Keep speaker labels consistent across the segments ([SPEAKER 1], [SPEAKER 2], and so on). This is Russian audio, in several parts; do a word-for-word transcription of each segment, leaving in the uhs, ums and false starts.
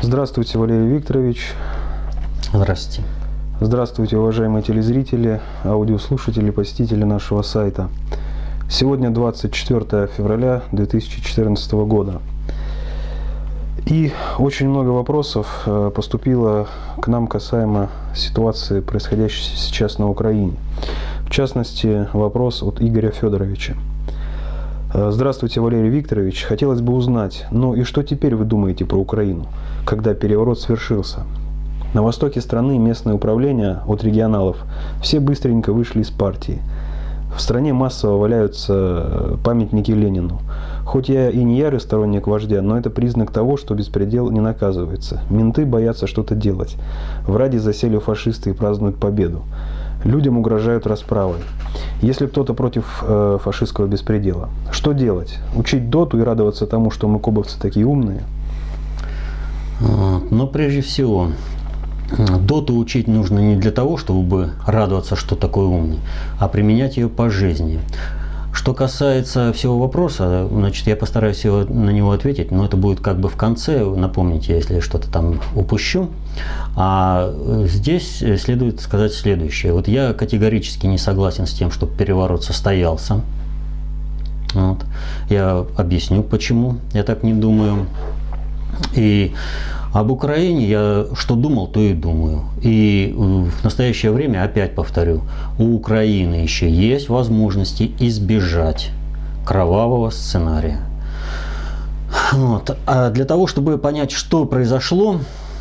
[SPEAKER 1] Здравствуйте, Валерий Викторович.
[SPEAKER 2] Здравствуйте.
[SPEAKER 1] Здравствуйте, уважаемые телезрители, аудиослушатели, посетители нашего сайта. Сегодня двадцать четвёртое февраля две тысячи четырнадцатого года. И очень много вопросов поступило к нам касаемо ситуации, происходящей сейчас на Украине. В частности, вопрос от Игоря Федоровича. Здравствуйте, Валерий Викторович. Хотелось бы узнать, ну и что теперь вы думаете про Украину, когда переворот свершился? На востоке страны местное управление от регионалов все быстренько вышли из партии. В стране массово валяются памятники Ленину. Хоть я и не ярый сторонник вождя, но это признак того, что беспредел не наказывается. Менты боятся что-то делать. В Раде засели фашисты и празднуют победу. Людям угрожают расправой. Если кто-то против э, фашистского беспредела, что делать? Учить доту и радоваться тому, что мы, кобовцы, такие умные?
[SPEAKER 2] Но прежде всего, доту учить нужно не для того, чтобы радоваться, что такой умный, а применять ее по жизни. Что касается всего вопроса, значит, я постараюсь его, на него ответить, но это будет как бы в конце, напомните, если что-то там упущу. А здесь следует сказать следующее. Вот я категорически не согласен с тем, чтобы переворот состоялся. Вот. Я объясню, почему я так не думаю. И об Украине я что думал, то и думаю. И в настоящее время, опять повторю, у Украины еще есть возможности избежать кровавого сценария. Вот. А для того, чтобы понять, что произошло,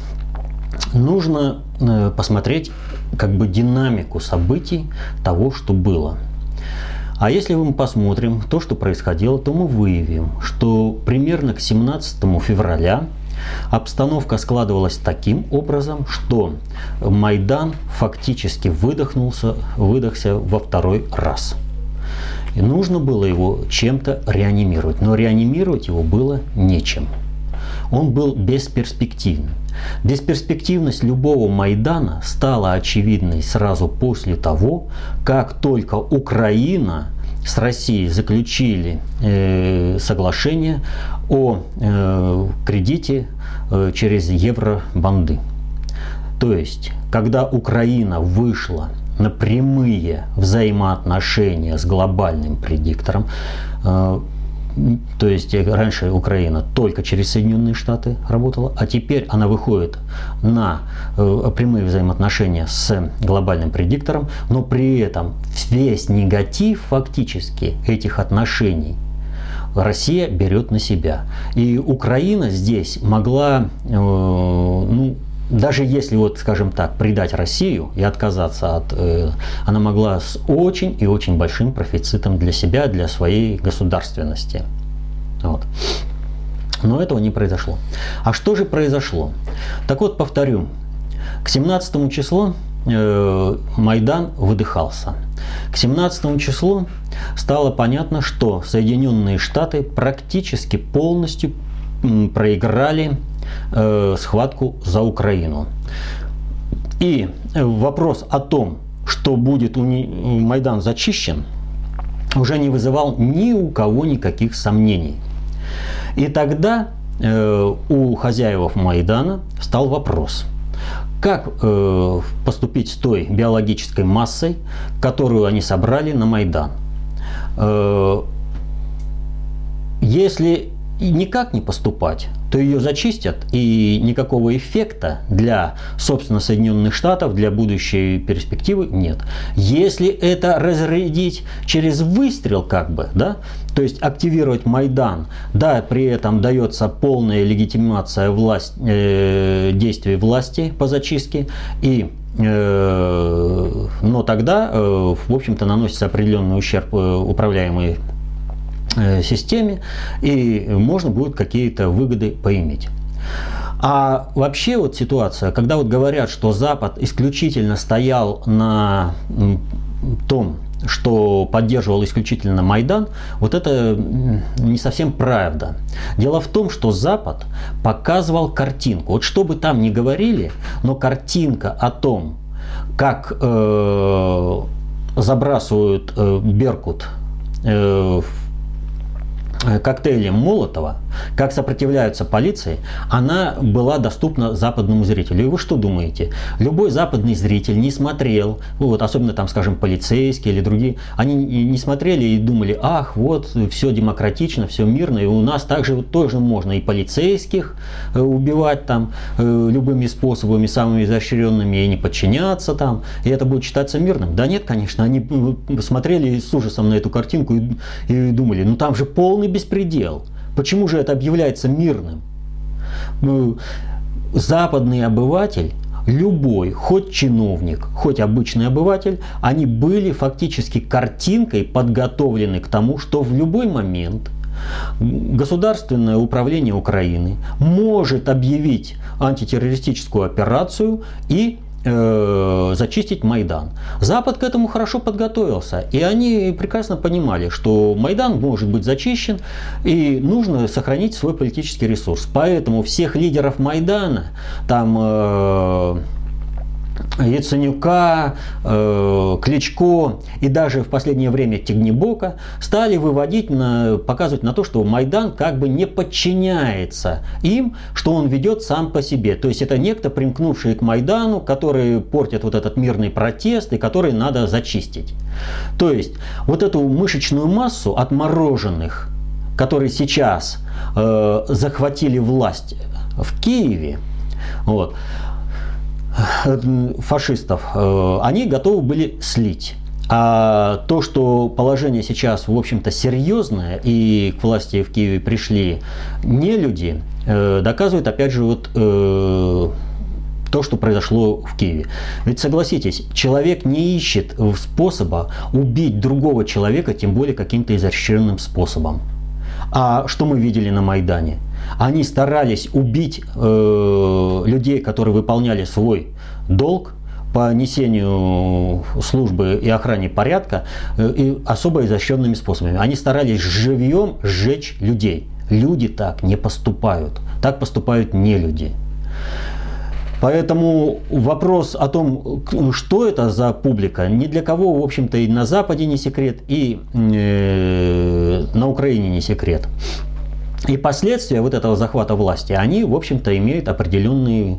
[SPEAKER 2] нужно посмотреть как бы динамику событий того, что было. А если мы посмотрим то, что происходило, то мы выявим, что примерно к семнадцатому февраля обстановка складывалась таким образом, что Майдан фактически выдохнулся, выдохся во второй раз. И нужно было его чем-то реанимировать, но реанимировать его было нечем. Он был бесперспективным. Бесперспективность любого Майдана стала очевидной сразу после того, как только Украина с Россией заключили э, соглашение о э, кредите э, через евробонды. То есть, когда Украина вышла на прямые взаимоотношения с глобальным предиктором, э, то есть раньше Украина только через Соединенные Штаты работала, а теперь она выходит на э, прямые взаимоотношения с глобальным предиктором, но при этом весь негатив фактически этих отношений Россия берет на себя. И Украина здесь могла, э, ну, даже если, вот, скажем так, предать Россию и отказаться от... Э, она могла с очень и очень большим профицитом для себя, для своей государственности. Вот. Но этого не произошло. А что же произошло? Так вот, повторю. К семнадцатому числу э, Майдан выдыхался. К семнадцатому числу стало понятно, что Соединенные Штаты практически полностью м, проиграли схватку за Украину. И вопрос о том, что будет у Майдан зачищен, уже не вызывал ни у кого никаких сомнений. И тогда э, у хозяев Майдана встал вопрос, как э, поступить с той биологической массой, которую они собрали на Майдан. Э, если никак не поступать, то ее зачистят, и никакого эффекта для, собственно, Соединенных Штатов, для будущей перспективы нет. Если это разрядить через выстрел, как бы, да, то есть активировать Майдан, да, при этом дается полная легитимация власть, э, действий власти по зачистке, и э, но тогда, э, в общем-то, наносится определенный ущерб э, управляемой системе, и можно будет какие-то выгоды поиметь. А вообще вот ситуация, когда вот говорят, что Запад исключительно стоял на том, что поддерживал исключительно Майдан, вот это не совсем правда. Дело в том, что Запад показывал картинку. Вот что бы там ни говорили, но картинка о том, как э, забрасывают э, Беркут э, коктейлем Молотова, как сопротивляются полиции, она была доступна западному зрителю. И вы что думаете? Любой западный зритель не смотрел, вот, особенно там, скажем, полицейские или другие, они не смотрели и думали, ах, вот, все демократично, все мирно, и у нас также вот тоже можно и полицейских убивать там любыми способами, самыми изощренными, и не подчиняться там, и это будет считаться мирным. Да нет, конечно, они смотрели с ужасом на эту картинку и, и думали, ну там же полный беспредел. Почему же это объявляется мирным? Западный обыватель, любой, хоть чиновник, хоть обычный обыватель, они были фактически картинкой подготовлены к тому, что в любой момент государственное управление Украины может объявить антитеррористическую операцию и э, зачистить Майдан. Запад к этому хорошо подготовился, и они прекрасно понимали, что Майдан может быть зачищен, и нужно сохранить свой политический ресурс. Поэтому всех лидеров Майдана, там э, Яценюка, э, Кличко и даже в последнее время Тягнебока стали выводить, на, показывать на то, что Майдан как бы не подчиняется им, что он ведет сам по себе. То есть это некто, примкнувший к Майдану, который портит вот этот мирный протест и который надо зачистить. То есть вот эту мышечную массу отмороженных, которые сейчас э, захватили власть в Киеве, вот, фашистов, они готовы были слить. А то, что положение сейчас, в общем-то, серьезное, и к власти в Киеве пришли не люди, доказывает, опять же, вот то, что произошло в Киеве. Ведь согласитесь, человек не ищет способа убить другого человека, тем более каким-то изощренным способом. А что мы видели на Майдане? Они старались убить э, людей, которые выполняли свой долг по несению службы и охране порядка, э, и особо изощренными способами. Они старались живьем сжечь людей. Люди так не поступают. Так поступают не люди. Поэтому вопрос о том, что это за публика, ни для кого, в общем-то, и на Западе не секрет, и э, на Украине не секрет. И последствия вот этого захвата власти, они, в общем-то, имеют определенные,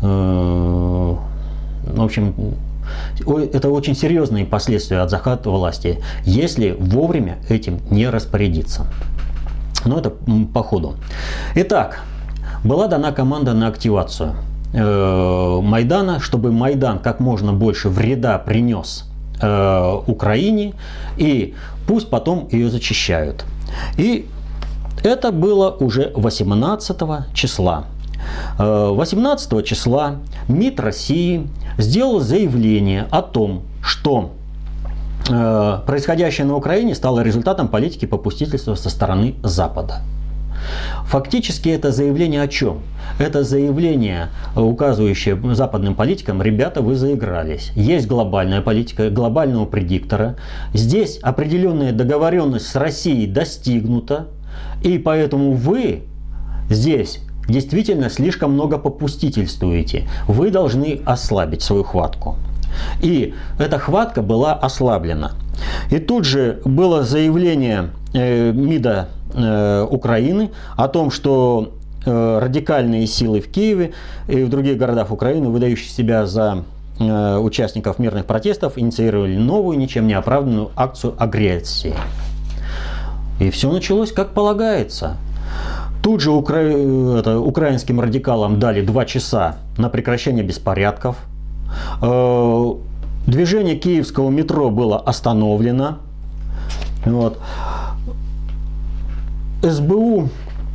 [SPEAKER 2] э, в общем, это очень серьезные последствия от захвата власти, если вовремя этим не распорядиться. Но это по ходу. Итак, была дана команда на активацию Майдана, чтобы Майдан как можно больше вреда принес э, Украине, и пусть потом ее зачищают. И это было уже восемнадцатого числа. восемнадцатого числа МИД России сделал заявление о том, что э, происходящее на Украине стало результатом политики попустительства со стороны Запада. Фактически это заявление о чем? Это заявление, указывающее западным политикам: ребята, вы заигрались. Есть глобальная политика, глобального предиктора. Здесь определенная договоренность с Россией достигнута. И поэтому вы здесь действительно слишком много попустительствуете. Вы должны ослабить свою хватку. И эта хватка была ослаблена. И тут же было заявление э, МИДа э, Украины о том, что э, радикальные силы в Киеве и в других городах Украины, выдающие себя за э, участников мирных протестов, инициировали новую, ничем не оправданную акцию агрессии. И все началось как полагается. Тут же укра... это, украинским радикалам дали два часа на прекращение беспорядков. Движение киевского метро было остановлено. Вот. СБУ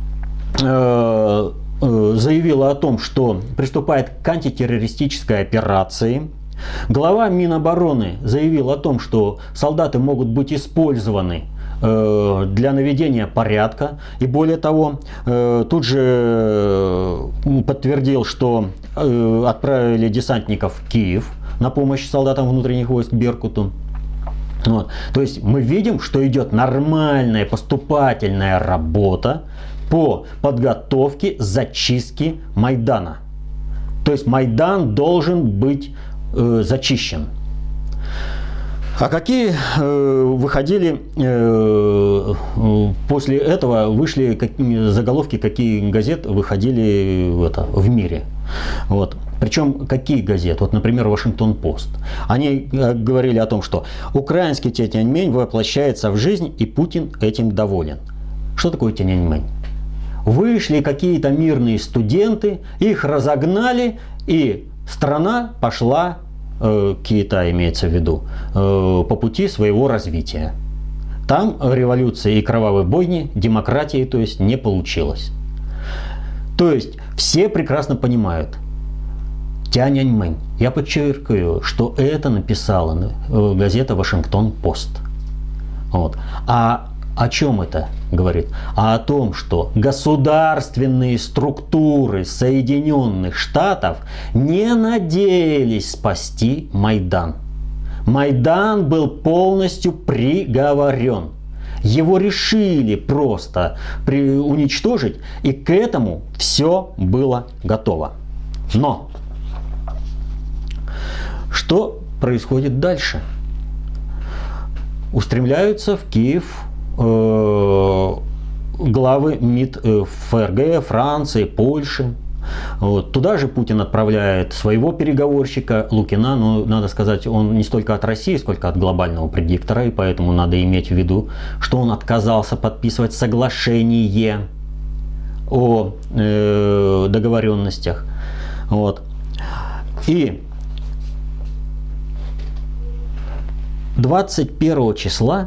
[SPEAKER 2] э, э, заявила о том, что приступает к антитеррористической операции. Глава Минобороны заявил о том, что солдаты могут быть использованы э, для наведения порядка. И более того, э, тут же подтвердил, что э, отправили десантников в Киев на помощь солдатам внутренних войск Беркуту. Вот. То есть мы видим, что идет нормальная поступательная работа по подготовке зачистки Майдана. То есть Майдан должен быть э, зачищен. А какие э, выходили э, после этого, вышли какие, заголовки, какие газеты выходили в, это, в мире? Вот. Причем какие газеты? Вот, например, Вашингтон-Пост. Они говорили о том, что украинский Тяньаньмэнь воплощается в жизнь, и Путин этим доволен. Что такое Тяньаньмэнь? Вышли какие-то мирные студенты, их разогнали, и страна пошла, э, Китай имеется в виду, э, по пути своего развития. Там революции и кровавой бойни, демократии, то есть, не получилось. То есть все прекрасно понимают, Тяньаньмэнь. Я подчеркиваю, что это написала газета «Вашингтон-Пост». Вот. А о чем это говорит? А о том, что государственные структуры Соединенных Штатов не надеялись спасти Майдан. Майдан был полностью приговорен. Его решили просто при, уничтожить, и к этому все было готово. Но что происходит дальше? Устремляются в Киев э, главы МИД э, ФРГ, Франции, Польши. Вот. Туда же Путин отправляет своего переговорщика Лукина, но, надо сказать, он не столько от России, сколько от глобального предиктора, и поэтому надо иметь в виду, что он отказался подписывать соглашение о э, договоренностях. Вот. И двадцать первого числа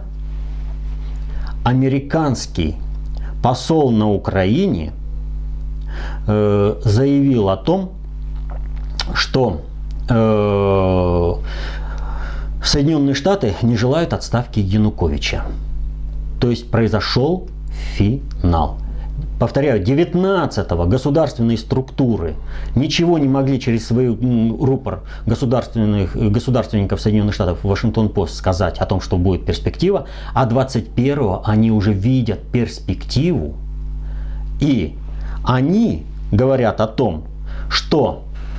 [SPEAKER 2] американский посол на Украине э, заявил о том, что э, Соединенные Штаты не желают отставки Януковича. То есть произошел финал. Повторяю, девятнадцатого государственные структуры ничего не могли через свой рупор государственных, государственников Соединенных Штатов Вашингтон-Пост сказать о том, что будет перспектива, а двадцать первого они уже видят перспективу, и они говорят о том, что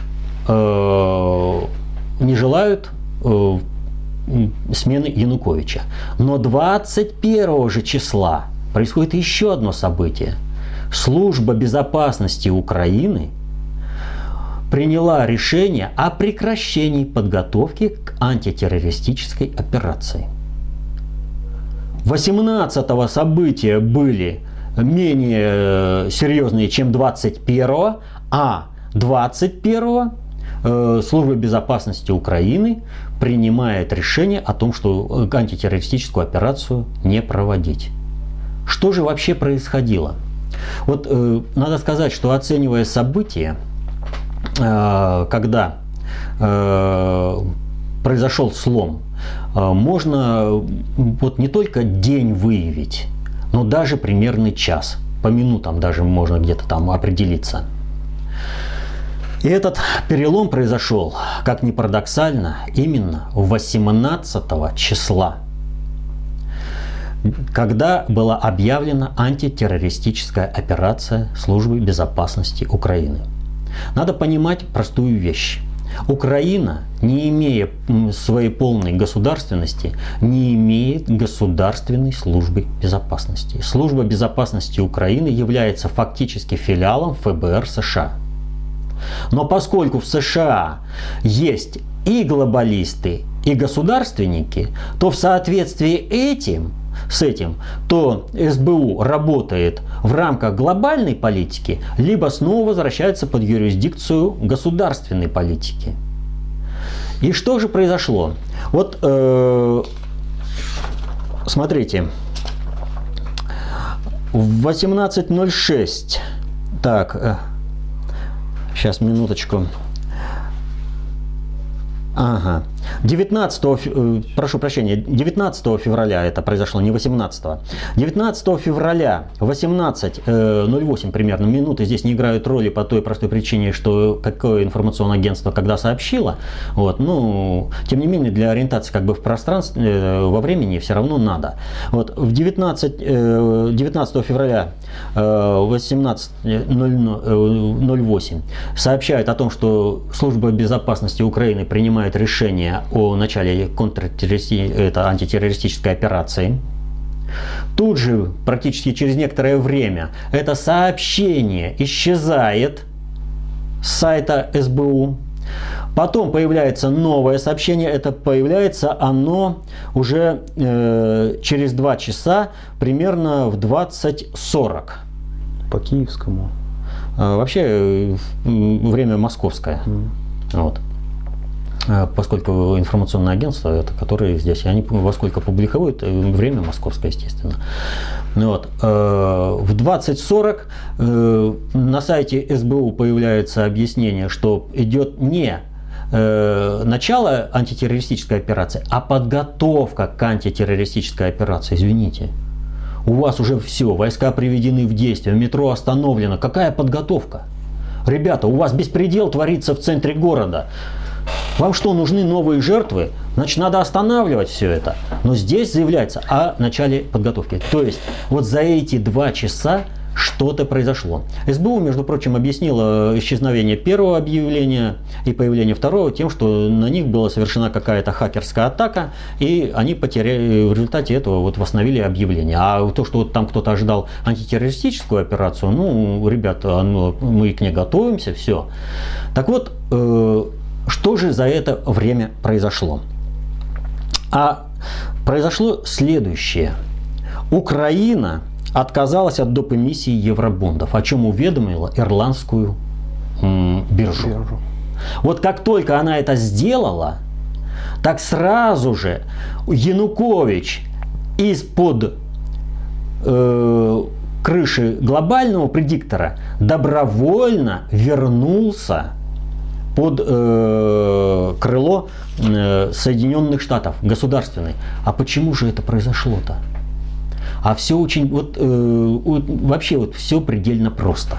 [SPEAKER 2] э, не желают э, смены Януковича. Но двадцать первого же числа происходит еще одно событие. Служба безопасности Украины приняла решение о прекращении подготовки к антитеррористической операции. восемнадцатого события были менее серьезные, чем двадцать первого, а двадцать первого э, Служба безопасности Украины принимает решение о том, что антитеррористическую операцию не проводить. Что же вообще происходило? Вот э, надо сказать, что оценивая события, э, когда э, произошел слом, э, можно вот не только день выявить, но даже примерный час. По минутам даже можно где-то там определиться. И этот перелом произошел, как ни парадоксально, именно восемнадцатого числа, когда была объявлена антитеррористическая операция Службы безопасности Украины. Надо понимать простую вещь. Украина, не имея своей полной государственности, не имеет государственной службы безопасности. Служба безопасности Украины является фактически филиалом ФБР США. Но поскольку в США есть и глобалисты, и государственники, то в соответствии этим с этим, то СБУ работает в рамках глобальной политики, либо снова возвращается под юрисдикцию государственной политики. И что же произошло? Вот, э, смотрите, в восемнадцать ноль шесть, так, э, сейчас, минуточку. Ага. девятнадцатого, прошу прощения, девятнадцатого февраля это произошло, не восемнадцатого. девятнадцатого февраля восемнадцать ноль восемь примерно, минуты здесь не играют роли по той простой причине, что какое информационное агентство когда сообщило. Вот, ну, тем не менее, для ориентации как бы в пространстве, во времени все равно надо. Вот, в девятнадцатого февраля восемнадцать ноль восемь сообщают о том, что Служба безопасности Украины принимает решение объявление о начале контртеррористи... это антитеррористической операции. Тут же, практически через некоторое время, это сообщение исчезает с сайта эс бэ у. Потом появляется новое сообщение. Это появляется оно уже э, через два часа, примерно в двадцать сорок.
[SPEAKER 1] По киевскому.
[SPEAKER 2] А, вообще э, время московское. Mm. Вот. Поскольку информационное агентство, это которые здесь, они во сколько публикуют, время московское, естественно. Вот. В двадцать сорок на сайте эс бэ у появляется объяснение, что идет не начало антитеррористической операции, а подготовка к антитеррористической операции. Извините. У вас уже все, войска приведены в действие, метро остановлено. Какая подготовка? Ребята, у вас беспредел творится в центре города. Вам что, нужны новые жертвы? Значит, надо останавливать все это. Но здесь заявляется о начале подготовки. То есть, вот за эти два часа что-то произошло. эс бэ у, между прочим, объяснила исчезновение первого объявления и появление второго тем, что на них была совершена какая-то хакерская атака, и они потеряли, в результате этого вот восстановили объявление. А то, что вот там кто-то ожидал антитеррористическую операцию, ну, ребята, ну, мы к ней готовимся, все. Так вот, э что же за это время произошло? А произошло следующее. Украина отказалась от доп. Эмиссии евробондов, о чем уведомила ирландскую м, биржу. биржу. Вот как только она это сделала, так сразу же Янукович из-под э, крыши глобального предиктора добровольно вернулся под э, крыло э, Соединенных Штатов, государственный. А почему же это произошло-то? А все очень, вот, э, вот вообще вот все предельно просто.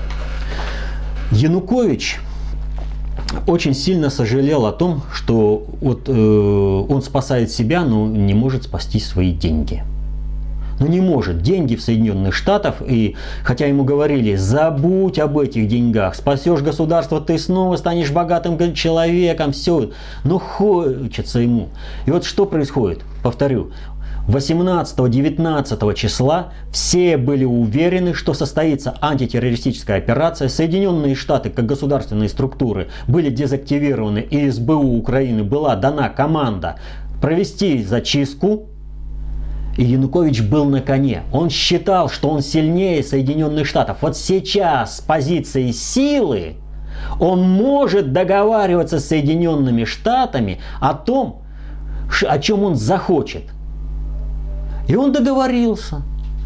[SPEAKER 2] Янукович очень сильно сожалел о том, что вот, э, он спасает себя, но не может спасти свои деньги. Ну не может. Деньги в Соединенных Штатах, и хотя ему говорили, забудь об этих деньгах, спасешь государство, ты снова станешь богатым человеком, все. Но хочется ему. И вот что происходит? Повторю. восемнадцатого-девятнадцатого числа все были уверены, что состоится антитеррористическая операция. Соединенные Штаты, как государственные структуры, были дезактивированы, и эс бэ у Украины была дана команда провести зачистку. И Янукович был на коне. Он считал, что он сильнее Соединенных Штатов. Вот сейчас с позиции силы он может договариваться с Соединенными Штатами о том, о чем он захочет. И он договорился.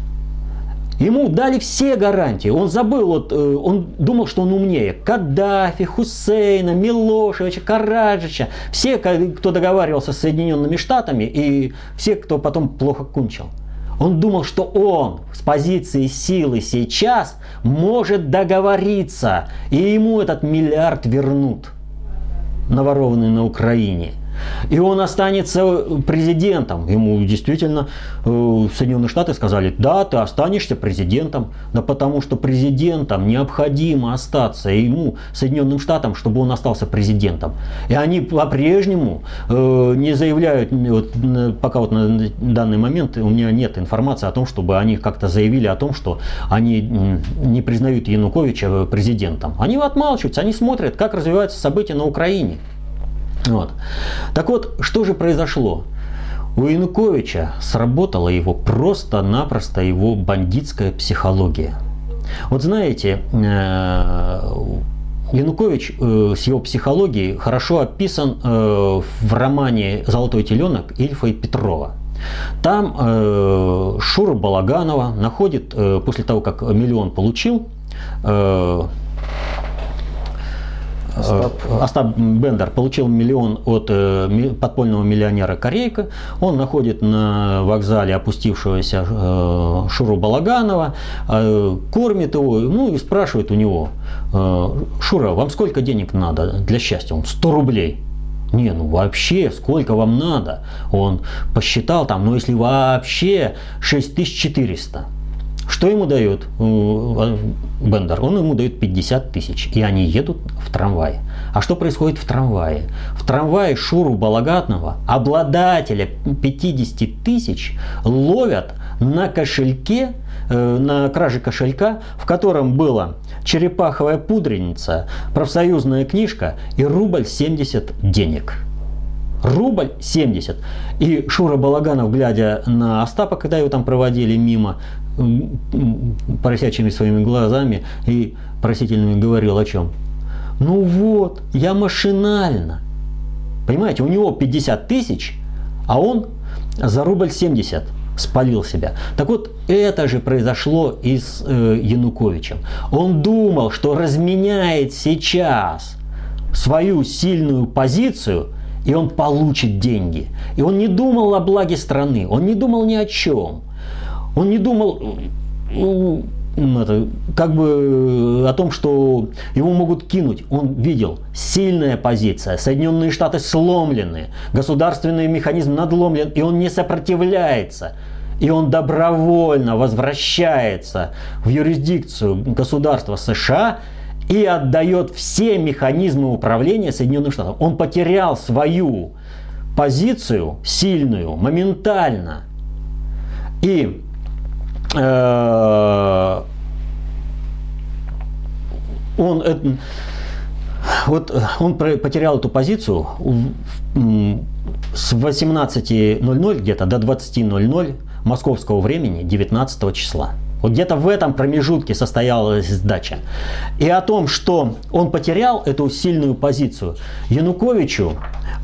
[SPEAKER 2] Ему дали все гарантии. Он забыл, вот, он думал, что он умнее. Каддафи, Хусейна, Милошевича, Караджича. Все, кто договаривался с Соединенными Штатами, и все, кто потом плохо кончил. Он думал, что он с позиции силы сейчас может договориться. И ему этот миллиард вернут, наворованный на Украине. И он останется президентом. Ему действительно э, Соединенные Штаты сказали, да, ты останешься президентом. Да потому что президентом необходимо остаться ему, Соединенным Штатам, чтобы он остался президентом. И они по-прежнему э, не заявляют, вот, пока вот на данный момент у меня нет информации о том, чтобы они как-то заявили о том, что они не признают Януковича президентом. Они отмалчиваются, они смотрят, как развиваются события на Украине. Вот. Так вот, что же произошло? У Януковича сработала его просто-напросто его бандитская психология. Вот знаете, Янукович с его психологией хорошо описан в романе «Золотой теленок» Ильфа и Петрова. Там Шура Балаганова находит, после того, как миллион получил, Остап. Остап Бендер получил миллион от э, подпольного миллионера Корейка. Он находит на вокзале опустившегося э, Шуру Балаганова, э, кормит его, ну и спрашивает у него, э, Шура, вам сколько денег надо для счастья? Он, сто рублей. Не, ну вообще, сколько вам надо? Он посчитал там, ну если вообще шесть тысяч четыреста. что ему дает Бендер? Он ему дает пятьдесят тысяч, и они едут в трамвае. А что происходит в трамвае? В трамвае Шуру Балагатного, обладателя пятидесяти тысяч, ловят на кошельке, на краже кошелька, в котором была черепаховая пудреница, профсоюзная книжка и рубль семьдесят денег. Рубль семьдесят. И Шура Балаганов, глядя на Остапа, когда его там проводили мимо, поросячьими своими глазами и просительными говорил о чем? Ну вот, я машинально. Понимаете, у него пятьдесят тысяч, а он за рубль семьдесят спалил себя. Так вот, это же произошло и с э, Януковичем. Он думал, что разменяет сейчас свою сильную позицию, и он получит деньги. И он не думал о благе страны, он не думал ни о чем. Он не думал ну, это, как бы о том, что его могут кинуть. Он видел сильная позиция, Соединенные Штаты сломлены, государственный механизм надломлен, и он не сопротивляется. И он добровольно возвращается в юрисдикцию государства США и отдает все механизмы управления Соединенных Штатов. Он потерял свою позицию сильную моментально. И э, он, э, вот, он потерял эту позицию с восемнадцати ноль-ноль где-то до двадцати ноль-ноль московского времени девятнадцатого числа. Вот где-то в этом промежутке состоялась сдача. И о том, что он потерял эту сильную позицию, Януковичу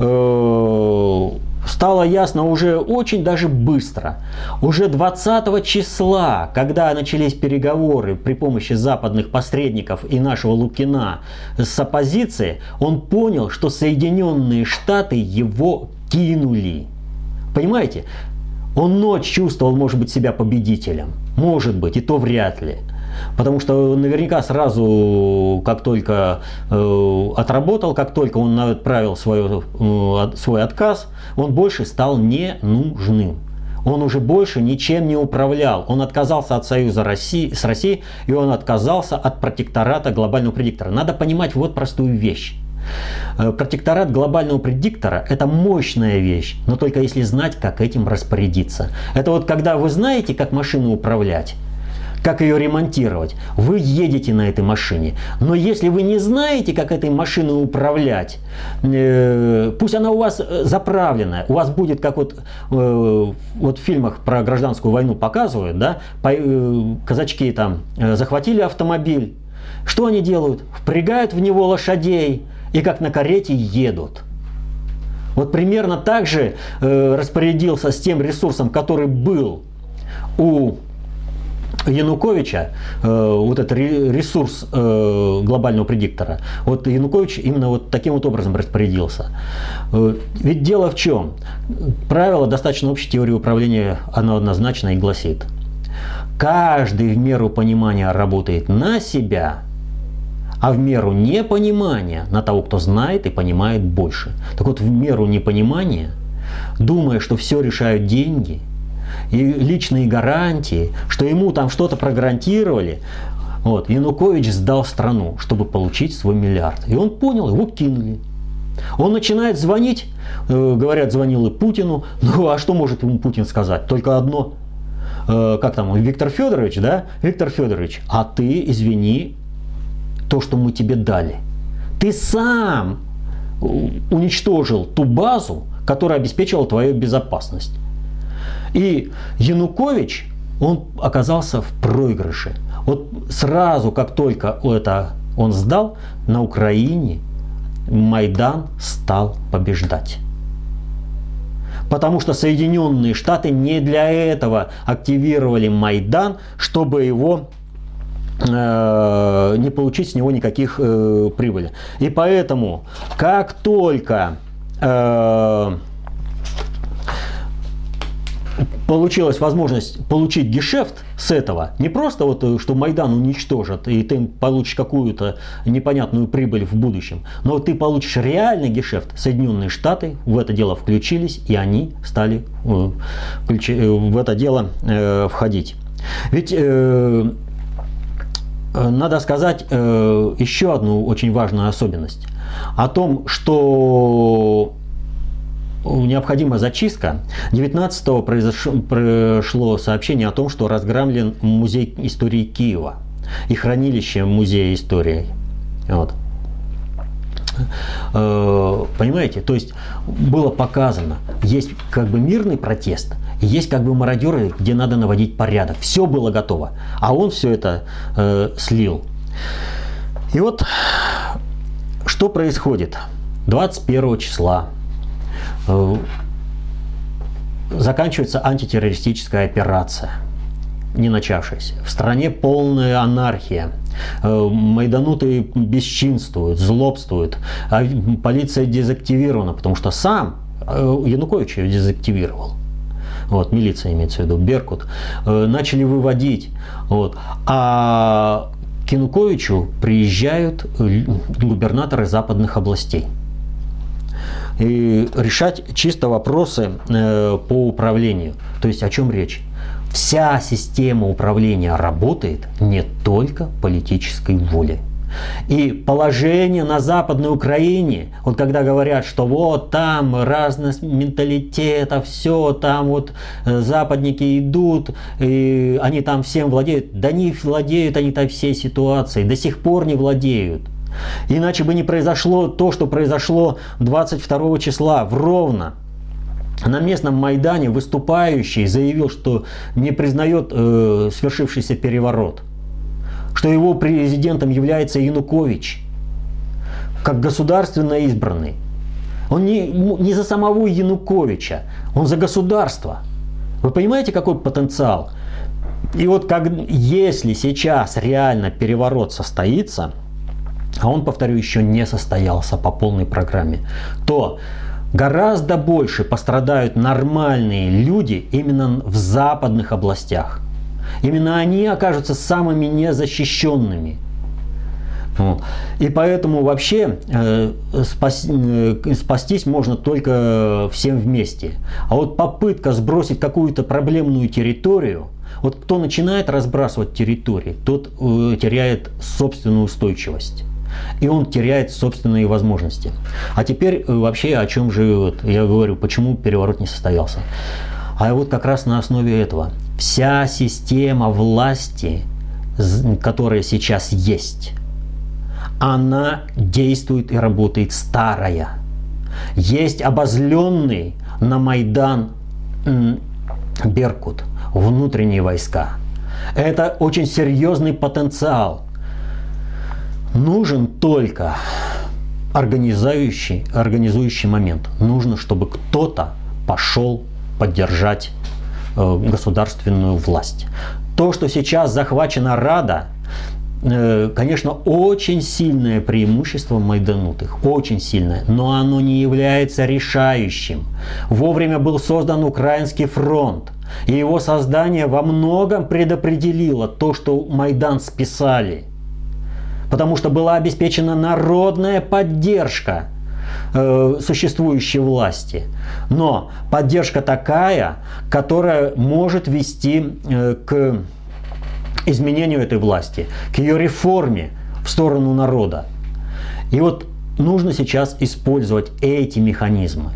[SPEAKER 2] э, стало ясно уже очень даже быстро. Уже двадцатого числа, когда начались переговоры при помощи западных посредников и нашего Лукина с оппозицией, он понял, что Соединенные Штаты его кинули. Понимаете? Он ночь чувствовал, может быть, себя победителем. Может быть, и то вряд ли. Потому что наверняка сразу, как только э, отработал, как только он отправил свой, э, свой отказ, он больше стал не нужным. Он уже больше ничем не управлял. Он отказался от союза России, с Россией, и он отказался от протектората глобального предиктора. Надо понимать вот простую вещь. Протекторат глобального предиктора – это мощная вещь, но только если знать, как этим распорядиться. Это вот когда вы знаете, как машину управлять, как ее ремонтировать, вы едете на этой машине. Но если вы не знаете, как этой машиной управлять, э, пусть она у вас заправленная, у вас будет, как вот, э, вот в фильмах про гражданскую войну показывают, да, по, э, казачки там э, захватили автомобиль, что они делают? Впрягают в него лошадей, и как на карете едут. Вот примерно так же э, распорядился с тем ресурсом, который был у Януковича, э, вот этот ресурс э, глобального предиктора. Вот Янукович именно вот таким вот образом распорядился. Э, ведь дело в чем? Правило достаточно общей теории управления, оно однозначно и гласит: каждый в меру понимания работает на себя, а в меру непонимания на того, кто знает и понимает больше. Так вот, в меру непонимания, думая, что все решают деньги и личные гарантии, что ему там что-то прогарантировали, вот, Янукович сдал страну, чтобы получить свой миллиард. И он понял, его кинули. Он начинает звонить, э, говорят, звонил и Путину. Ну а что может ему Путин сказать? Только одно. Э, как там, Виктор Федорович, да? Виктор Федорович, а ты, извини, то, что мы тебе дали. Ты сам уничтожил ту базу, которая обеспечивала твою безопасность. И Янукович, он оказался в проигрыше. Вот сразу, как только это он сдал, на Украине Майдан стал побеждать. Потому что Соединенные Штаты не для этого активировали Майдан, чтобы его не получить с него никаких э, прибыли. И поэтому, как только э, получилась возможность получить гешефт с этого, не просто вот, что Майдан уничтожат, и ты получишь какую-то непонятную прибыль в будущем, но ты получишь реальный гешефт. Соединенные Штаты в это дело включились, и они стали э, включи, в это дело э, входить. Ведь э, надо сказать э, еще одну очень важную особенность. О том, что необходима зачистка. девятнадцатого произошло, прошло сообщение о том, что разгромлен музей истории Киева и хранилище музея истории. Вот. Понимаете? То есть было показано, есть как бы мирный протест, есть как бы мародеры, где надо наводить порядок. Все было готово, а он все это э, слил. И вот что происходит? двадцать первого числа э, заканчивается антитеррористическая операция, не начавшаяся. В стране полная анархия. Майдануты бесчинствуют, злобствуют. А полиция дезактивирована, потому что сам Янукович ее дезактивировал. Вот, милиция имеется в виду, Беркут. Начали выводить. Вот. А к Януковичу приезжают губернаторы западных областей. И решать чисто вопросы по управлению. То есть о чем речь? Вся система управления работает не только политической волей. И положение на Западной Украине, вот когда говорят, что вот там разность менталитета, все, там вот западники идут, и они там всем владеют. Да не владеют они там всей ситуацией, до сих пор не владеют. Иначе бы не произошло то, что произошло двадцать второго числа в Ровно. На местном Майдане выступающий заявил, что не признает э, свершившийся переворот, что его президентом является Янукович, как государственно избранный. Он не, не за самого Януковича, он за государство. Вы понимаете, какой потенциал? И вот как, если сейчас реально переворот состоится, а он, повторю, еще не состоялся по полной программе, то гораздо больше пострадают нормальные люди именно в западных областях. Именно они окажутся самыми незащищенными. И поэтому вообще э, спас, э, спастись можно только всем вместе. А вот попытка сбросить какую-то проблемную территорию, вот кто начинает разбрасывать территории, тот э, теряет собственную устойчивость. И он теряет собственные возможности. А теперь вообще о чем же вот, я говорю, почему переворот не состоялся. А вот как раз на основе этого. Вся система власти, которая сейчас есть, она действует и работает старая. Есть обозленный на Майдан Беркут, внутренние войска. Это очень серьезный потенциал. Нужен только организующий, организующий момент. Нужно, чтобы кто-то пошел поддержать э, государственную власть. То, что сейчас захвачена Рада, э, конечно, очень сильное преимущество майданутых. Очень сильное. Но оно не является решающим. Вовремя был создан Украинский фронт. И его создание во многом предопределило то, что Майдан списали. Потому что была обеспечена народная поддержка э, существующей власти. Но поддержка такая, которая может вести э, к изменению этой власти, к ее реформе в сторону народа. И вот нужно сейчас использовать эти механизмы.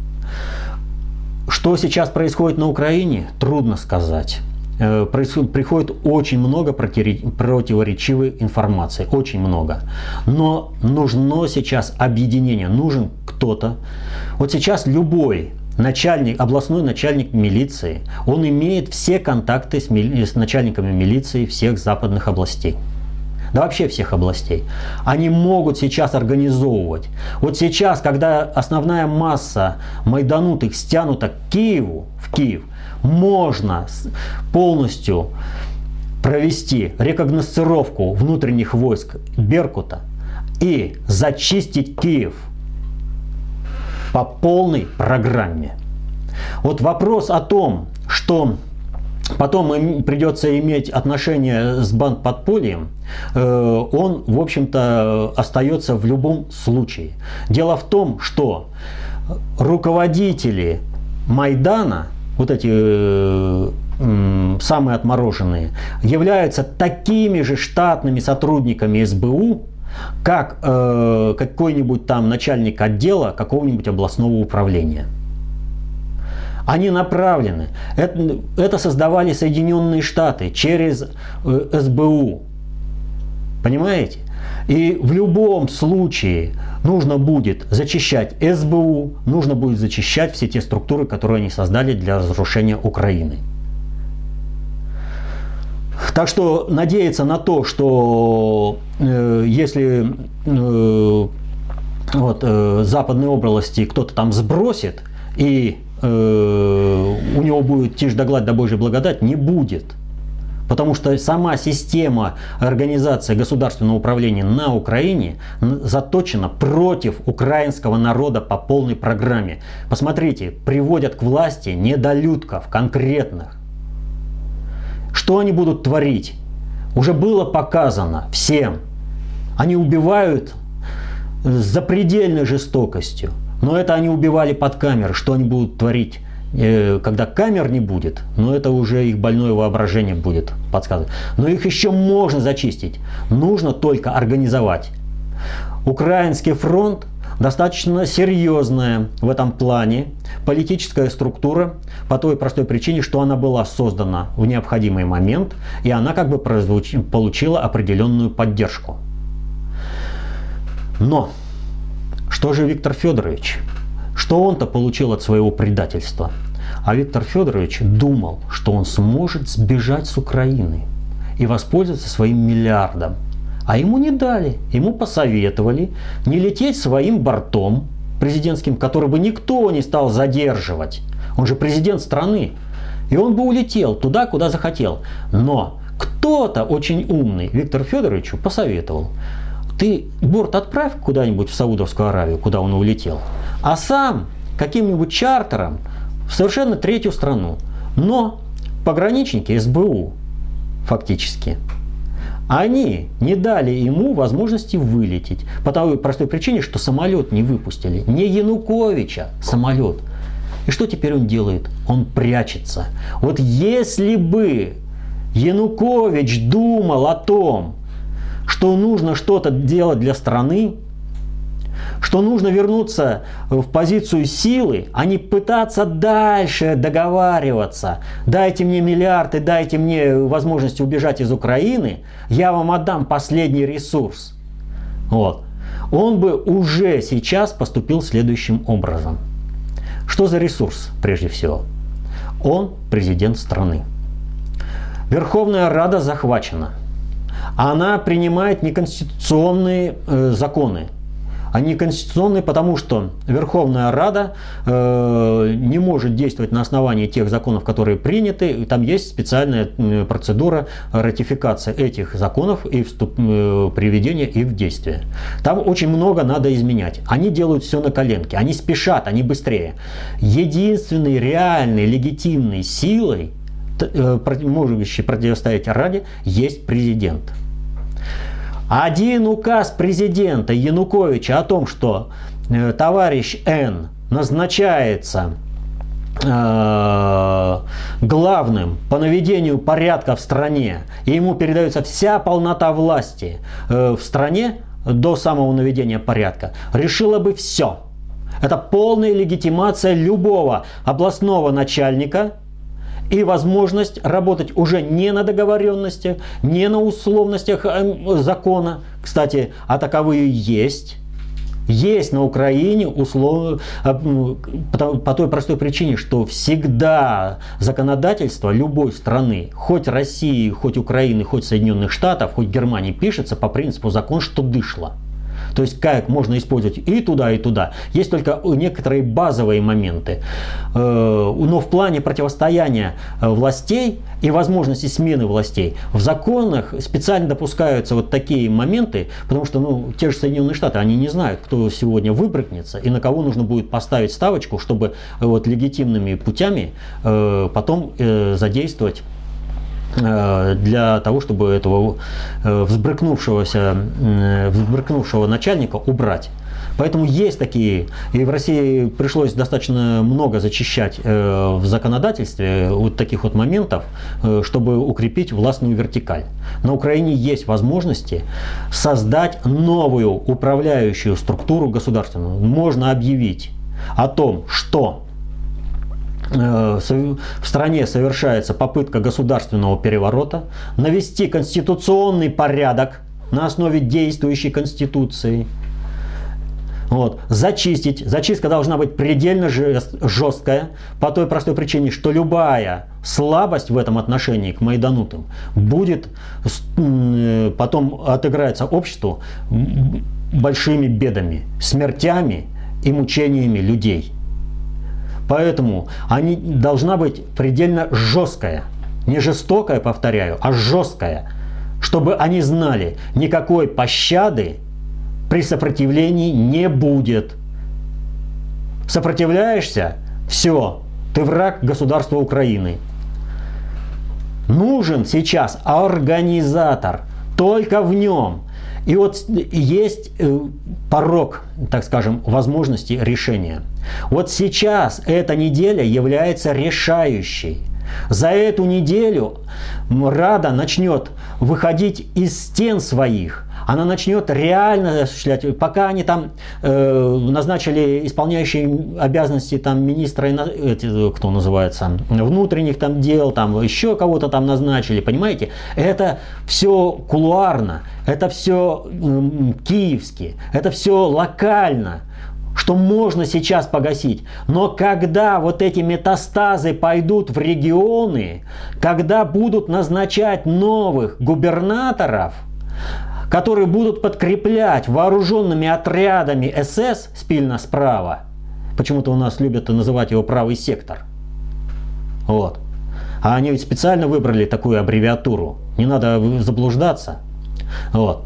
[SPEAKER 2] Что сейчас происходит на Украине, трудно сказать. Приходит очень много противоречивой информации, очень много. Но нужно сейчас объединение, нужен кто-то. Вот сейчас любой начальник, областной начальник милиции, он имеет все контакты с, мили, с начальниками милиции всех западных областей. Да вообще всех областей. Они могут сейчас организовывать. Вот сейчас, когда основная масса майданутых стянута к Киеву, в Киев, можно полностью провести рекогносцировку внутренних войск Беркута и зачистить Киев по полной программе. Вот вопрос о том, что потом им придется иметь отношение с бандподпольем, он, в общем-то, остается в любом случае. Дело в том, что руководители Майдана, вот эти самые отмороженные, являются такими же штатными сотрудниками эс бэ у, как э, какой-нибудь там начальник отдела какого-нибудь областного управления. Они направлены. Это, это создавали Соединенные Штаты через э, эс бэ у. Понимаете? И в любом случае нужно будет зачищать эс бэ у, нужно будет зачищать все те структуры, которые они создали для разрушения Украины. Так что надеяться на то, что э, если э, вот, э, западные области кто-то там сбросит и э, у него будет тишь да гладь да Божья благодать, не будет. Потому что сама система организации государственного управления на Украине заточена против украинского народа по полной программе. Посмотрите, приводят к власти недолюдков конкретных. Что они будут творить? Уже было показано всем. Они убивают с запредельной жестокостью. Но это они убивали под камеры. Что они будут творить, когда камер не будет? Но это уже их больное воображение будет подсказывать. Но их еще можно зачистить. Нужно только организовать. Украинский фронт достаточно серьезная в этом плане политическая структура по той простой причине, что она была создана в необходимый момент, и она как бы получила определенную поддержку. Но что же Виктор Федорович? Что он-то получил от своего предательства? А Виктор Федорович думал, что он сможет сбежать с Украины и воспользоваться своим миллиардом. А ему не дали. Ему посоветовали не лететь своим бортом президентским, который бы никто не стал задерживать. Он же президент страны. И он бы улетел туда, куда захотел. Но кто-то очень умный Виктору Федоровичу посоветовал: ты борт отправь куда-нибудь в Саудовскую Аравию, куда он улетел, а сам каким-нибудь чартером в совершенно третью страну. Но пограничники эс бэ у фактически, они не дали ему возможности вылететь. По той простой причине, что самолет не выпустили. Не Януковича, самолет. И что теперь он делает? Он прячется. Вот если бы Янукович думал о том, что нужно что-то делать для страны, что нужно вернуться в позицию силы, а не пытаться дальше договариваться. Дайте мне миллиарды, дайте мне возможность убежать из Украины, я вам отдам последний ресурс. Вот. Он бы уже сейчас поступил следующим образом. Что за ресурс, прежде всего? Он президент страны. Верховная Рада захвачена. Она принимает неконституционные э, законы. Они конституционные, потому что Верховная Рада э, не может действовать на основании тех законов, которые приняты. Там есть специальная процедура ратификации этих законов и вступ, э, приведения их в действие. Там очень много надо изменять. Они делают все на коленке, они спешат, они быстрее. Единственной реальной, легитимной силой, э, можущей противостоять Раде, есть президент. Один указ президента Януковича о том, что э, товарищ Н назначается э, главным по наведению порядка в стране, и ему передается вся полнота власти э, в стране до самого наведения порядка, решила бы все. Это полная легитимация любого областного начальника и возможность работать уже не на договоренностях, не на условностях закона. Кстати, а таковые есть. Есть на Украине условия по той простой причине, что всегда законодательство любой страны, хоть России, хоть Украины, хоть Соединенных Штатов, хоть Германии, пишется по принципу закон, что дышло. То есть как можно использовать и туда, и туда. Есть только некоторые базовые моменты. Но в плане противостояния властей и возможности смены властей в законах специально допускаются вот такие моменты, потому что ну, те же Соединенные Штаты, они не знают, кто сегодня выбрыкнется и на кого нужно будет поставить ставочку, чтобы вот легитимными путями потом задействовать для того, чтобы этого взбрыкнувшегося, взбрыкнувшего начальника убрать. Поэтому есть такие, и в России пришлось достаточно много зачищать э, в законодательстве вот таких вот моментов, э, чтобы укрепить властную вертикаль. На Украине есть возможности создать новую управляющую структуру государственную. Можно объявить о том, что э, в стране совершается попытка государственного переворота, навести конституционный порядок на основе действующей конституции. Вот. Зачистить. Зачистка должна быть предельно жесткая, по той простой причине, что любая слабость в этом отношении к майданутым будет потом отыграется обществу большими бедами, смертями и мучениями людей. Поэтому они должна быть предельно жесткая. Не жестокая, повторяю, а жесткая. Чтобы они знали, никакой пощады при сопротивлении не будет. Сопротивляешься – все, ты враг государства Украины. Нужен сейчас организатор, только в нем. И вот есть порог, так скажем, возможности решения. Вот сейчас эта неделя является решающей. За эту неделю Рада начнет выходить из стен своих. Она начнет реально осуществлять, пока они там э, назначили исполняющие обязанности там министра, эти, кто называется, внутренних там дел, там еще кого-то там назначили, понимаете? Это все кулуарно, это все э, киевски, это все локально, что можно сейчас погасить. Но когда вот эти метастазы пойдут в регионы, когда будут назначать новых губернаторов, которые будут подкреплять вооруженными отрядами эс эс спильно справа. Почему-то у нас любят называть его правый сектор. Вот. А они ведь специально выбрали такую аббревиатуру. Не надо заблуждаться. Вот.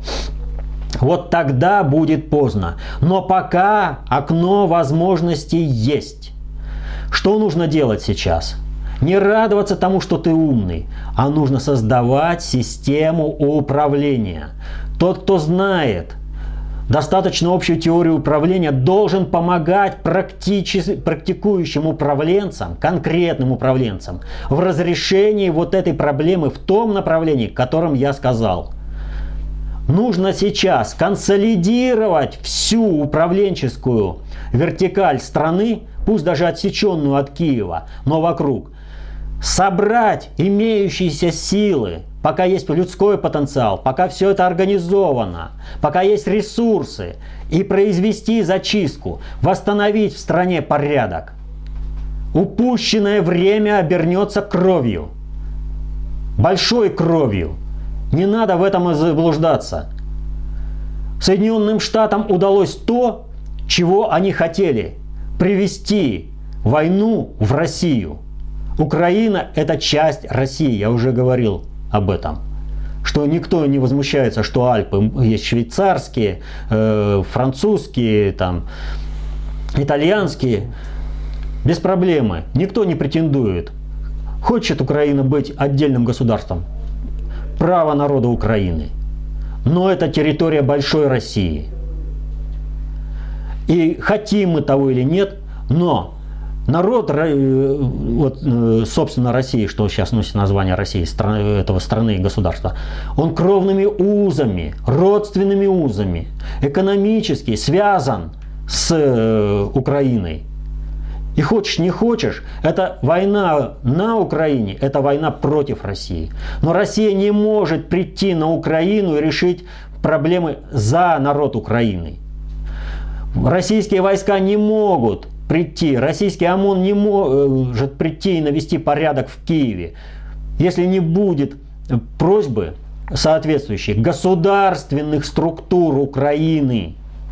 [SPEAKER 2] Вот тогда будет поздно. Но пока окно возможностей есть. Что нужно делать сейчас? Не радоваться тому, что ты умный, а нужно создавать систему управления. Тот, кто знает достаточно общую теорию управления, должен помогать практически, практикующим управленцам, конкретным управленцам, в разрешении вот этой проблемы в том направлении, о котором я сказал. Нужно сейчас консолидировать всю управленческую вертикаль страны, пусть даже отсеченную от Киева, но вокруг. Собрать имеющиеся силы, пока есть людской потенциал, пока все это организовано, пока есть ресурсы, и произвести зачистку, восстановить в стране порядок. Упущенное время обернется кровью, большой кровью. Не надо в этом заблуждаться. Соединенным Штатам удалось то, чего они хотели – привести войну в Россию. Украина – это часть России, я уже говорил об этом. Что никто не возмущается, что Альпы есть швейцарские, э, французские, там, итальянские. Без проблемы. Никто не претендует. Хочет Украина быть отдельным государством. Право народа Украины. Но это территория большой России. И хотим мы того или нет, но народ, вот, собственно, России, что сейчас носит название России, этого страны и государства, он кровными узами, родственными узами, экономически связан с Украиной. И хочешь не хочешь, это война на Украине, это война против России. Но Россия не может прийти на Украину и решить проблемы за народ Украины. Российские войска не могут прийти, российский ОМОН не может прийти и навести порядок в Киеве, если не будет просьбы соответствующих государственных структур Украины.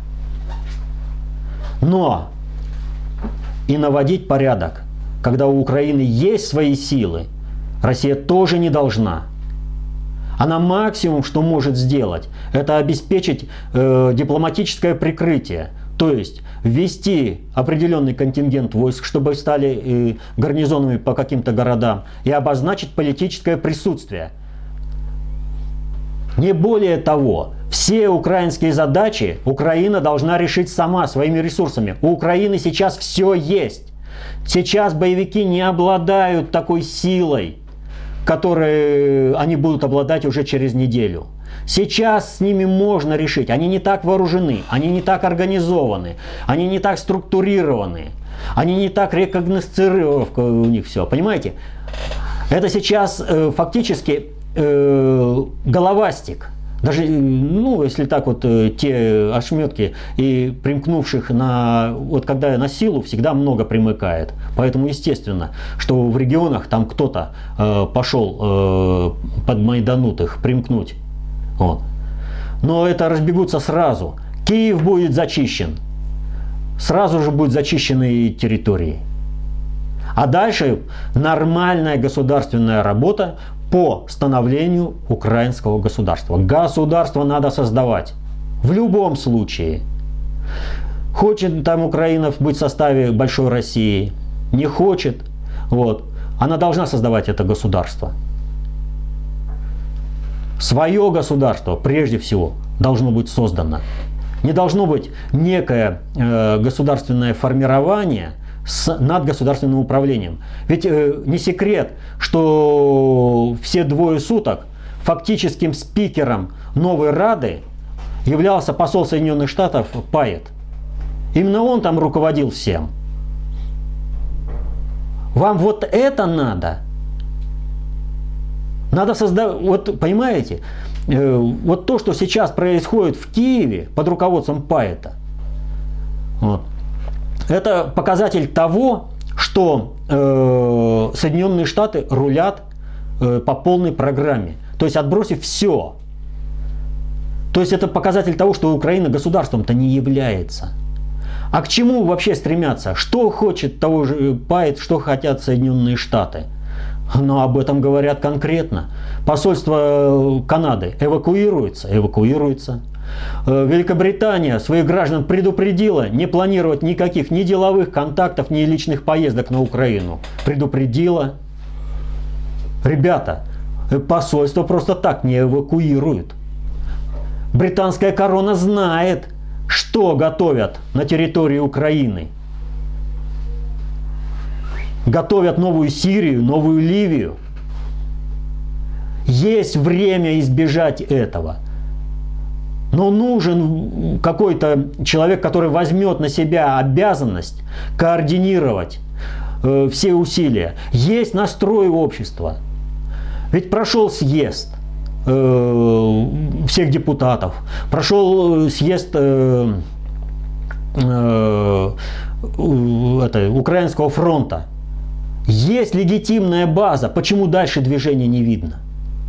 [SPEAKER 2] Но и наводить порядок, когда у Украины есть свои силы, Россия тоже не должна. Она максимум, что может сделать, это обеспечить э, дипломатическое прикрытие. То есть ввести определенный контингент войск, чтобы стали э, гарнизонами по каким-то городам, и обозначить политическое присутствие. Не более того, все украинские задачи Украина должна решить сама, своими ресурсами. У Украины сейчас все есть. Сейчас боевики не обладают такой силой, которой они будут обладать уже через неделю. Сейчас с ними можно решить. Они не так вооружены, они не так организованы, они не так структурированы, они не так рекогносцировка у них все. Понимаете? Это сейчас э, фактически э, головастик. Даже, ну, если так вот, те ошметки и примкнувших на, вот когда на силу, всегда много примыкает. Поэтому естественно, что в регионах там кто-то э, пошел э, под майданутых примкнуть. Вот. Но это разбегутся сразу. Киев будет зачищен. Сразу же будут зачищены территории. А дальше нормальная государственная работа по становлению украинского государства. Государство надо создавать. В любом случае. Хочет там Украина быть в составе большой России, не хочет. Вот. Она должна создавать это государство. Свое государство, прежде всего, должно быть создано. Не должно быть некое э, государственное формирование с надгосударственным управлением. Ведь э, не секрет, что все двое суток фактическим спикером новой Рады являлся посол Соединенных Штатов Пайет. Именно он там руководил всем. Вам вот это надо? Надо создать, вот понимаете, э, вот то, что сейчас происходит в Киеве под руководством Пайета, вот, это показатель того, что э, Соединенные Штаты рулят э, по полной программе. То есть отбросив все. То есть это показатель того, что Украина государством-то не является. А к чему вообще стремятся? Что хочет того же Пайет, что хотят Соединенные Штаты? Но об этом говорят конкретно. Посольство Канады эвакуируется, эвакуируется. Великобритания своих граждан предупредила не планировать никаких ни деловых контактов, ни личных поездок на Украину. Предупредила. Ребята, посольство просто так не эвакуируют. Британская корона знает, что готовят на территории Украины. Готовят новую Сирию, новую Ливию. Есть время избежать этого. Но нужен какой-то человек, который возьмет на себя обязанность координировать э, все усилия. Есть настрой общества. Ведь прошел съезд э, всех депутатов, прошел съезд э, э, это, Украинского фронта. Есть легитимная база. Почему дальше движения не видно?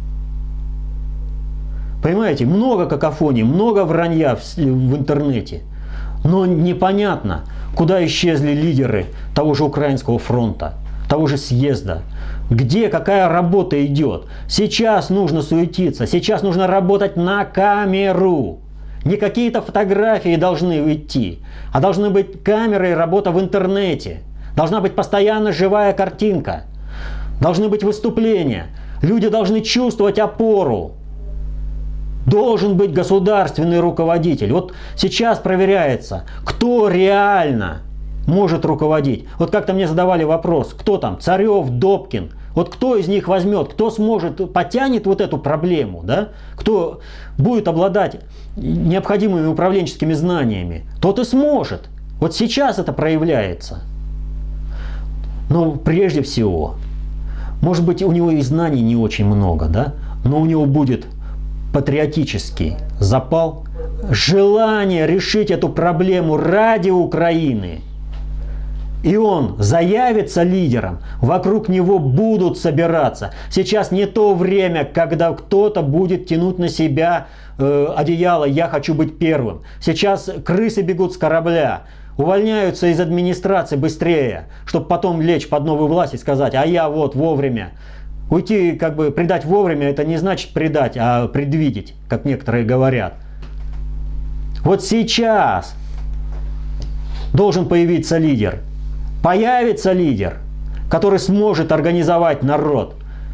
[SPEAKER 2] Понимаете, много какофонии, много вранья в, в интернете. Но непонятно, куда исчезли лидеры того же Украинского фронта, того же съезда. Где какая работа идет. Сейчас нужно суетиться, сейчас нужно работать на камеру. Не какие-то фотографии должны идти, а должны быть камеры и работа в интернете. Должна быть постоянно живая картинка. Должны быть выступления. Люди должны чувствовать опору. Должен быть государственный руководитель. Вот сейчас проверяется, кто реально может руководить. Вот как-то мне задавали вопрос, кто там, Царев, Добкин. Вот кто из них возьмет, кто сможет, потянет вот эту проблему, да? Кто будет обладать необходимыми управленческими знаниями, тот и сможет. Вот сейчас это проявляется. Но прежде всего, может быть, у него и знаний не очень много, да? Но у него будет патриотический запал, желание решить эту проблему ради Украины. И он заявится лидером, вокруг него будут собираться. Сейчас не то время, когда кто-то будет тянуть на себя э, одеяло «я хочу быть первым». Сейчас крысы бегут с корабля, увольняются из администрации быстрее, чтобы потом лечь под новую власть и сказать «а я вот вовремя». Уйти, как бы, предать вовремя, это не значит предать, а предвидеть, как некоторые говорят. Вот сейчас должен появиться лидер. Появится лидер, который сможет организовать народ,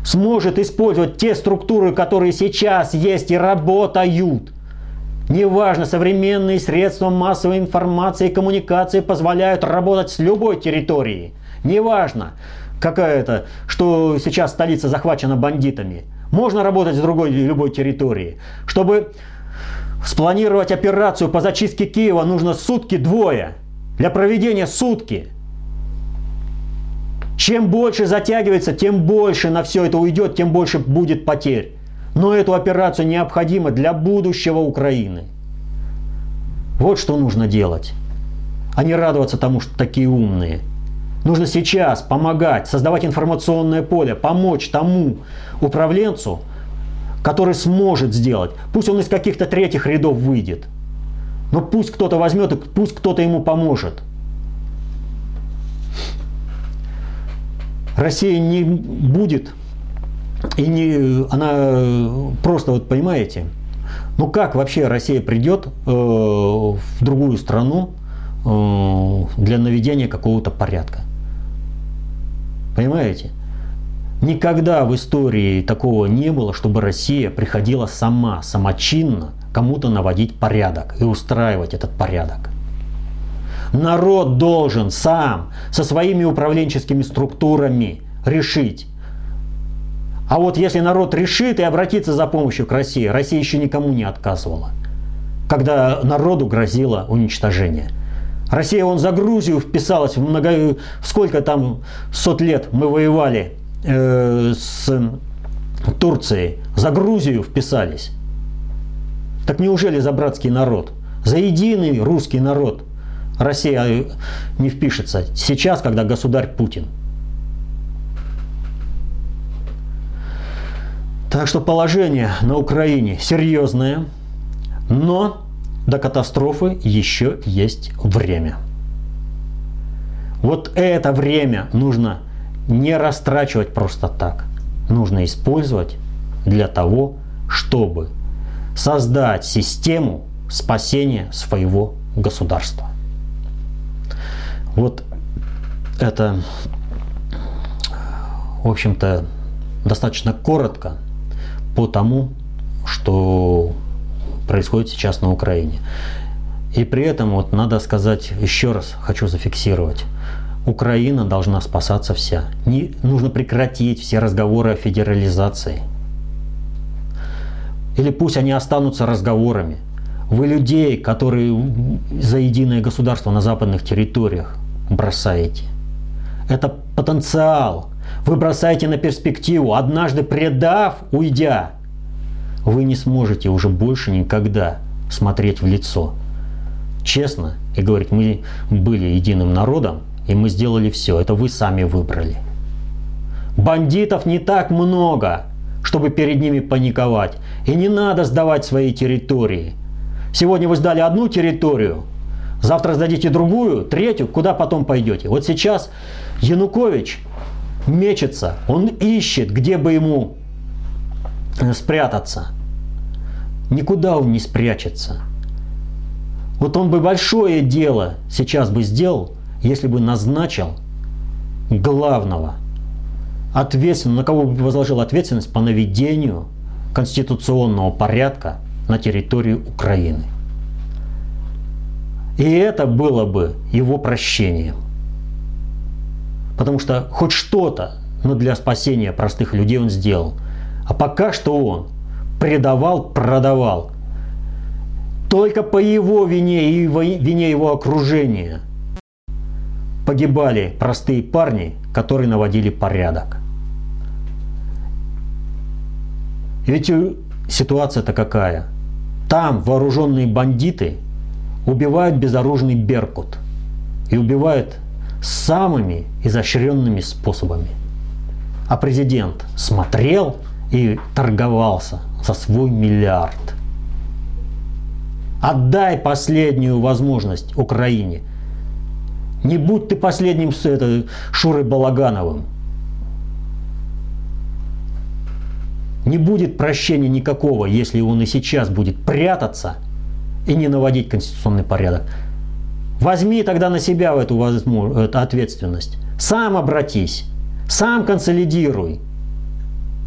[SPEAKER 2] сможет использовать те структуры, которые сейчас есть и работают. Неважно, современные средства массовой информации и коммуникации позволяют работать с любой территорией. Неважно, какая-то, что сейчас столица захвачена бандитами. Можно работать с другой любой территорией. Чтобы спланировать операцию по зачистке Киева, нужно сутки-двое. Для проведения сутки. Чем больше затягивается, тем больше на все это уйдет, тем больше будет потерь. Но эту операцию необходимо для будущего Украины. Вот что нужно делать. А не радоваться тому, что такие умные. Нужно сейчас помогать, создавать информационное поле, помочь тому управленцу, который сможет сделать. Пусть он из каких-то третьих рядов выйдет. Но пусть кто-то возьмет и пусть кто-то ему поможет. Россия не будет, и не, она просто, вот понимаете, ну как вообще Россия придет э, в другую страну э, для наведения какого-то порядка? Понимаете? Никогда в истории такого не было, чтобы Россия приходила сама, самочинно кому-то наводить порядок и устраивать этот порядок. Народ должен сам со своими управленческими структурами решить. А вот если народ решит и обратится за помощью к России, Россия еще никому не отказывала, когда народу грозило уничтожение. Россия, он за Грузию вписалась в много... Сколько там сот лет мы воевали э, с Турцией. За Грузию вписались. Так неужели за братский народ? За единый русский народ Россия не впишется сейчас, когда государь Путин. Так что положение на Украине серьезное, но до катастрофы еще есть время. Вот это время нужно не растрачивать просто так. Нужно использовать для того, чтобы создать систему спасения своего государства. Вот это, в общем-то, достаточно коротко по тому, что происходит сейчас на Украине. И при этом вот надо сказать, еще раз хочу зафиксировать, Украина должна спасаться вся. Не, нужно прекратить все разговоры о федерализации. Или пусть они останутся разговорами. Вы людей, которые за единое государство на западных территориях бросаете. Это потенциал. Вы бросаете на перспективу. Однажды предав, уйдя, вы не сможете уже больше никогда смотреть в лицо. Честно и говорить, мы были единым народом, и мы сделали все. Это вы сами выбрали. Бандитов не так много, чтобы перед ними паниковать. И не надо сдавать свои территории. Сегодня вы сдали одну территорию, завтра сдадите другую, третью, куда потом пойдете. Вот сейчас Янукович мечется, он ищет, где бы ему спрятаться. Никуда он не спрячется. Вот он бы большое дело сейчас бы сделал, если бы назначил главного, ответственного, на кого бы возложил ответственность по наведению конституционного порядка на территории Украины. И это было бы его прощением. Потому что хоть что-то, но для спасения простых людей он сделал. А пока что он предавал, продавал. Только по его вине и вине его окружения погибали простые парни, которые наводили порядок. И ведь ситуация-то какая? Там вооруженные бандиты убивают безоружный Беркут. И убивают самыми изощренными способами. А президент смотрел и торговался за свой миллиард. Отдай последнюю возможность Украине. Не будь ты последним с это, Шурой Балагановым. Не будет прощения никакого, если он и сейчас будет прятаться и не наводить конституционный порядок. Возьми тогда на себя эту, эту ответственность. Сам обратись, сам консолидируй.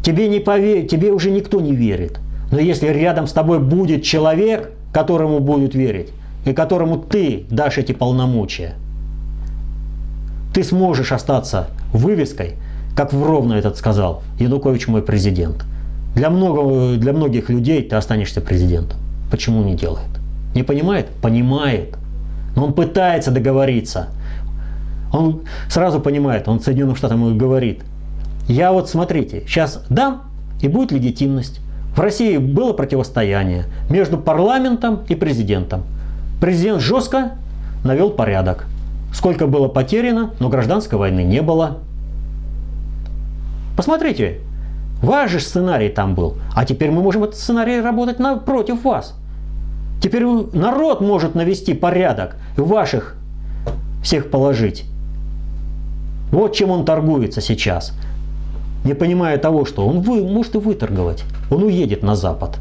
[SPEAKER 2] тебе не поверь, тебе уже никто не верит. Но если рядом с тобой будет человек, которому будут верить, и которому ты дашь эти полномочия, ты сможешь остаться вывеской, как Вровна этот сказал: Янукович мой президент. Для, много, для многих людей ты останешься президентом. Почему не делает? Не понимает? Понимает. Но он пытается договориться. Он сразу понимает, он Соединенным Штатам говорит: я вот, смотрите, сейчас дам, и будет легитимность. В России было противостояние между парламентом и президентом. Президент жестко навел порядок. Сколько было потеряно, но гражданской войны не было. Посмотрите, ваш же сценарий там был. А теперь мы можем этот сценарий работать на, против вас. Теперь народ может навести порядок и ваших всех положить. Вот чем он торгуется сейчас. Не понимая того, что он вы, может и выторговать. Он уедет на Запад.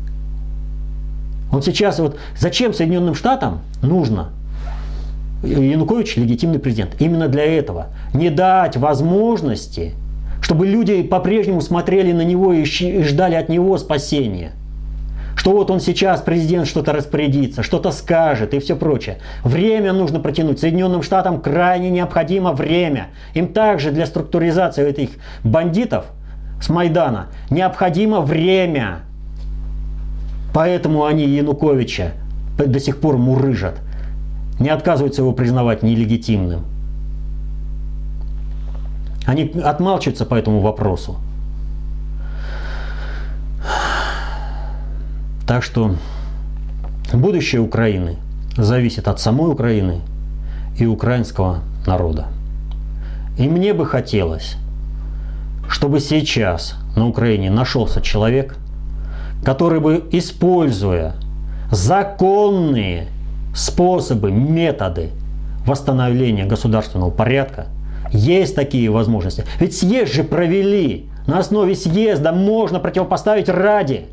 [SPEAKER 2] Он сейчас вот... Зачем Соединенным Штатам нужно Янукович легитимный президент? Именно для этого. Не дать возможности, чтобы люди по-прежнему смотрели на него и ждали от него спасения. Что вот он сейчас, президент, что-то распорядится, что-то скажет и все прочее. Время нужно протянуть. Соединенным Штатам крайне необходимо время. Им также для структуризации этих бандитов с Майдана необходимо время. Поэтому они Януковича до сих пор мурыжат. Не отказываются его признавать нелегитимным. Они отмалчиваются по этому вопросу. Так что будущее Украины зависит от самой Украины и украинского народа. И мне бы хотелось, чтобы сейчас на Украине нашелся человек, который бы, используя законные способы, методы восстановления государственного порядка, есть такие возможности. Ведь съезд же провели. На основе съезда можно противопоставить Раде.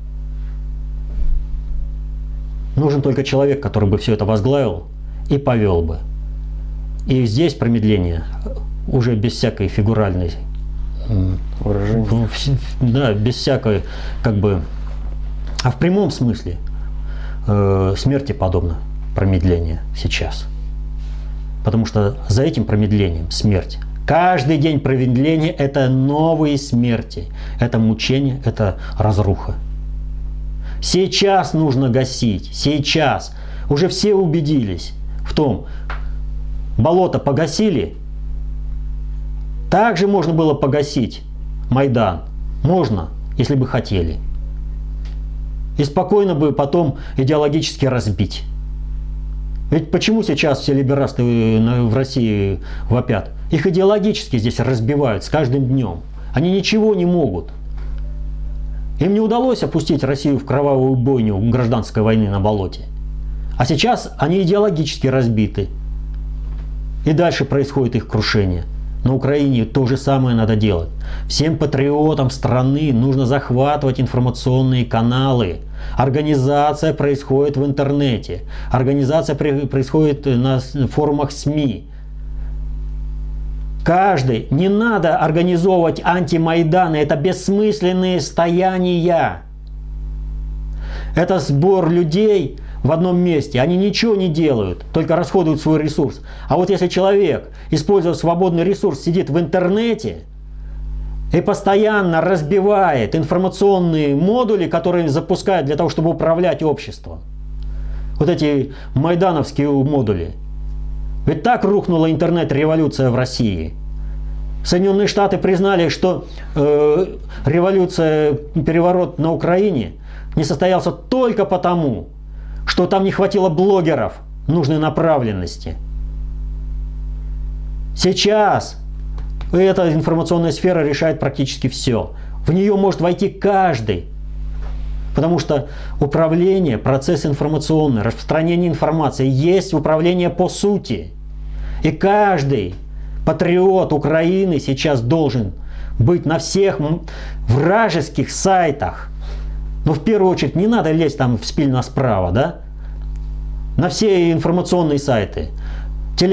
[SPEAKER 2] Нужен только человек, который бы все это возглавил и повел бы. И здесь промедление уже без всякой фигуральной выражения. Да, без всякой, как бы, а в прямом смысле э, смерти подобно промедление сейчас. Потому что за этим промедлением смерть. Каждый день промедления — это новые смерти, это мучение, это разруха. Сейчас нужно гасить, сейчас. Уже все убедились в том, болото погасили, также можно было погасить Майдан. Можно, если бы хотели. И спокойно бы потом идеологически разбить. Ведь почему сейчас все либерасты в России вопят? Их идеологически здесь разбивают с каждым днем. Они ничего не могут. Им не удалось опустить Россию в кровавую бойню гражданской войны на болоте. А сейчас они идеологически разбиты. И дальше происходит их крушение. На Украине то же самое надо делать. Всем патриотам страны нужно захватывать информационные каналы. Организация происходит в интернете. Организация происходит на форумах СМИ. Каждый, не надо организовывать антимайданы, это бессмысленные стояния. Это сбор людей в одном месте, они ничего не делают, только расходуют свой ресурс. А вот если человек, используя свободный ресурс, сидит в интернете и постоянно разбивает информационные модули, которые запускают для того, чтобы управлять обществом, вот эти майдановские модули. Ведь так рухнула интернет-революция в России. Соединенные Штаты признали, что э, революция, переворот на Украине не состоялся только потому, что там не хватило блогеров нужной направленности. Сейчас эта информационная сфера решает практически все. В нее может войти каждый. Потому что управление, процесс информационный, распространение информации есть управление по сути. И каждый патриот Украины сейчас должен быть на всех вражеских сайтах. Но в первую очередь не надо лезть там в спильно справа, да? На все информационные сайты,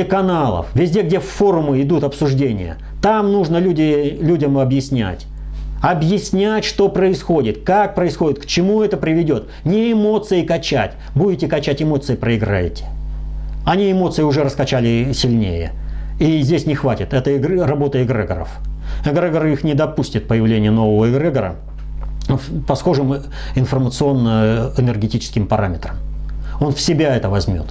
[SPEAKER 2] телеканалов, везде, где форумы идут обсуждения. Там нужно люди, людям объяснять. Объяснять, что происходит, как происходит, к чему это приведет. Не эмоции качать. Будете качать эмоции, проиграете. Они эмоции уже раскачали сильнее. И здесь не хватит. Это игры, работа эгрегоров. Эгрегор их не допустит появления нового эгрегора по схожим информационно-энергетическим параметрам. Он в себя это возьмет.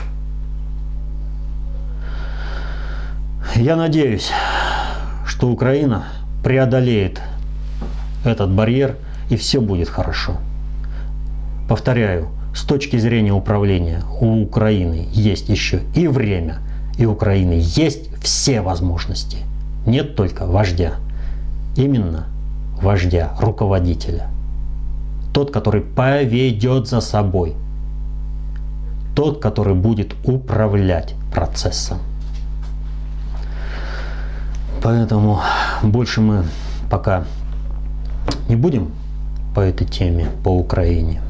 [SPEAKER 2] Я надеюсь, что Украина преодолеет этот барьер, и все будет хорошо. Повторяю, с точки зрения управления у Украины есть еще и время, и у Украины есть все возможности. Нет только вождя. Именно вождя, руководителя. Тот, который поведет за собой. Тот, который будет управлять процессом. Поэтому больше мы пока не будем по этой теме, по Украине.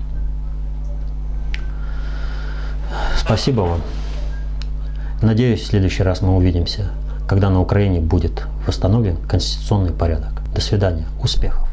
[SPEAKER 2] Спасибо вам. Надеюсь, в следующий раз мы увидимся, когда на Украине будет восстановлен конституционный порядок. До свидания. Успехов.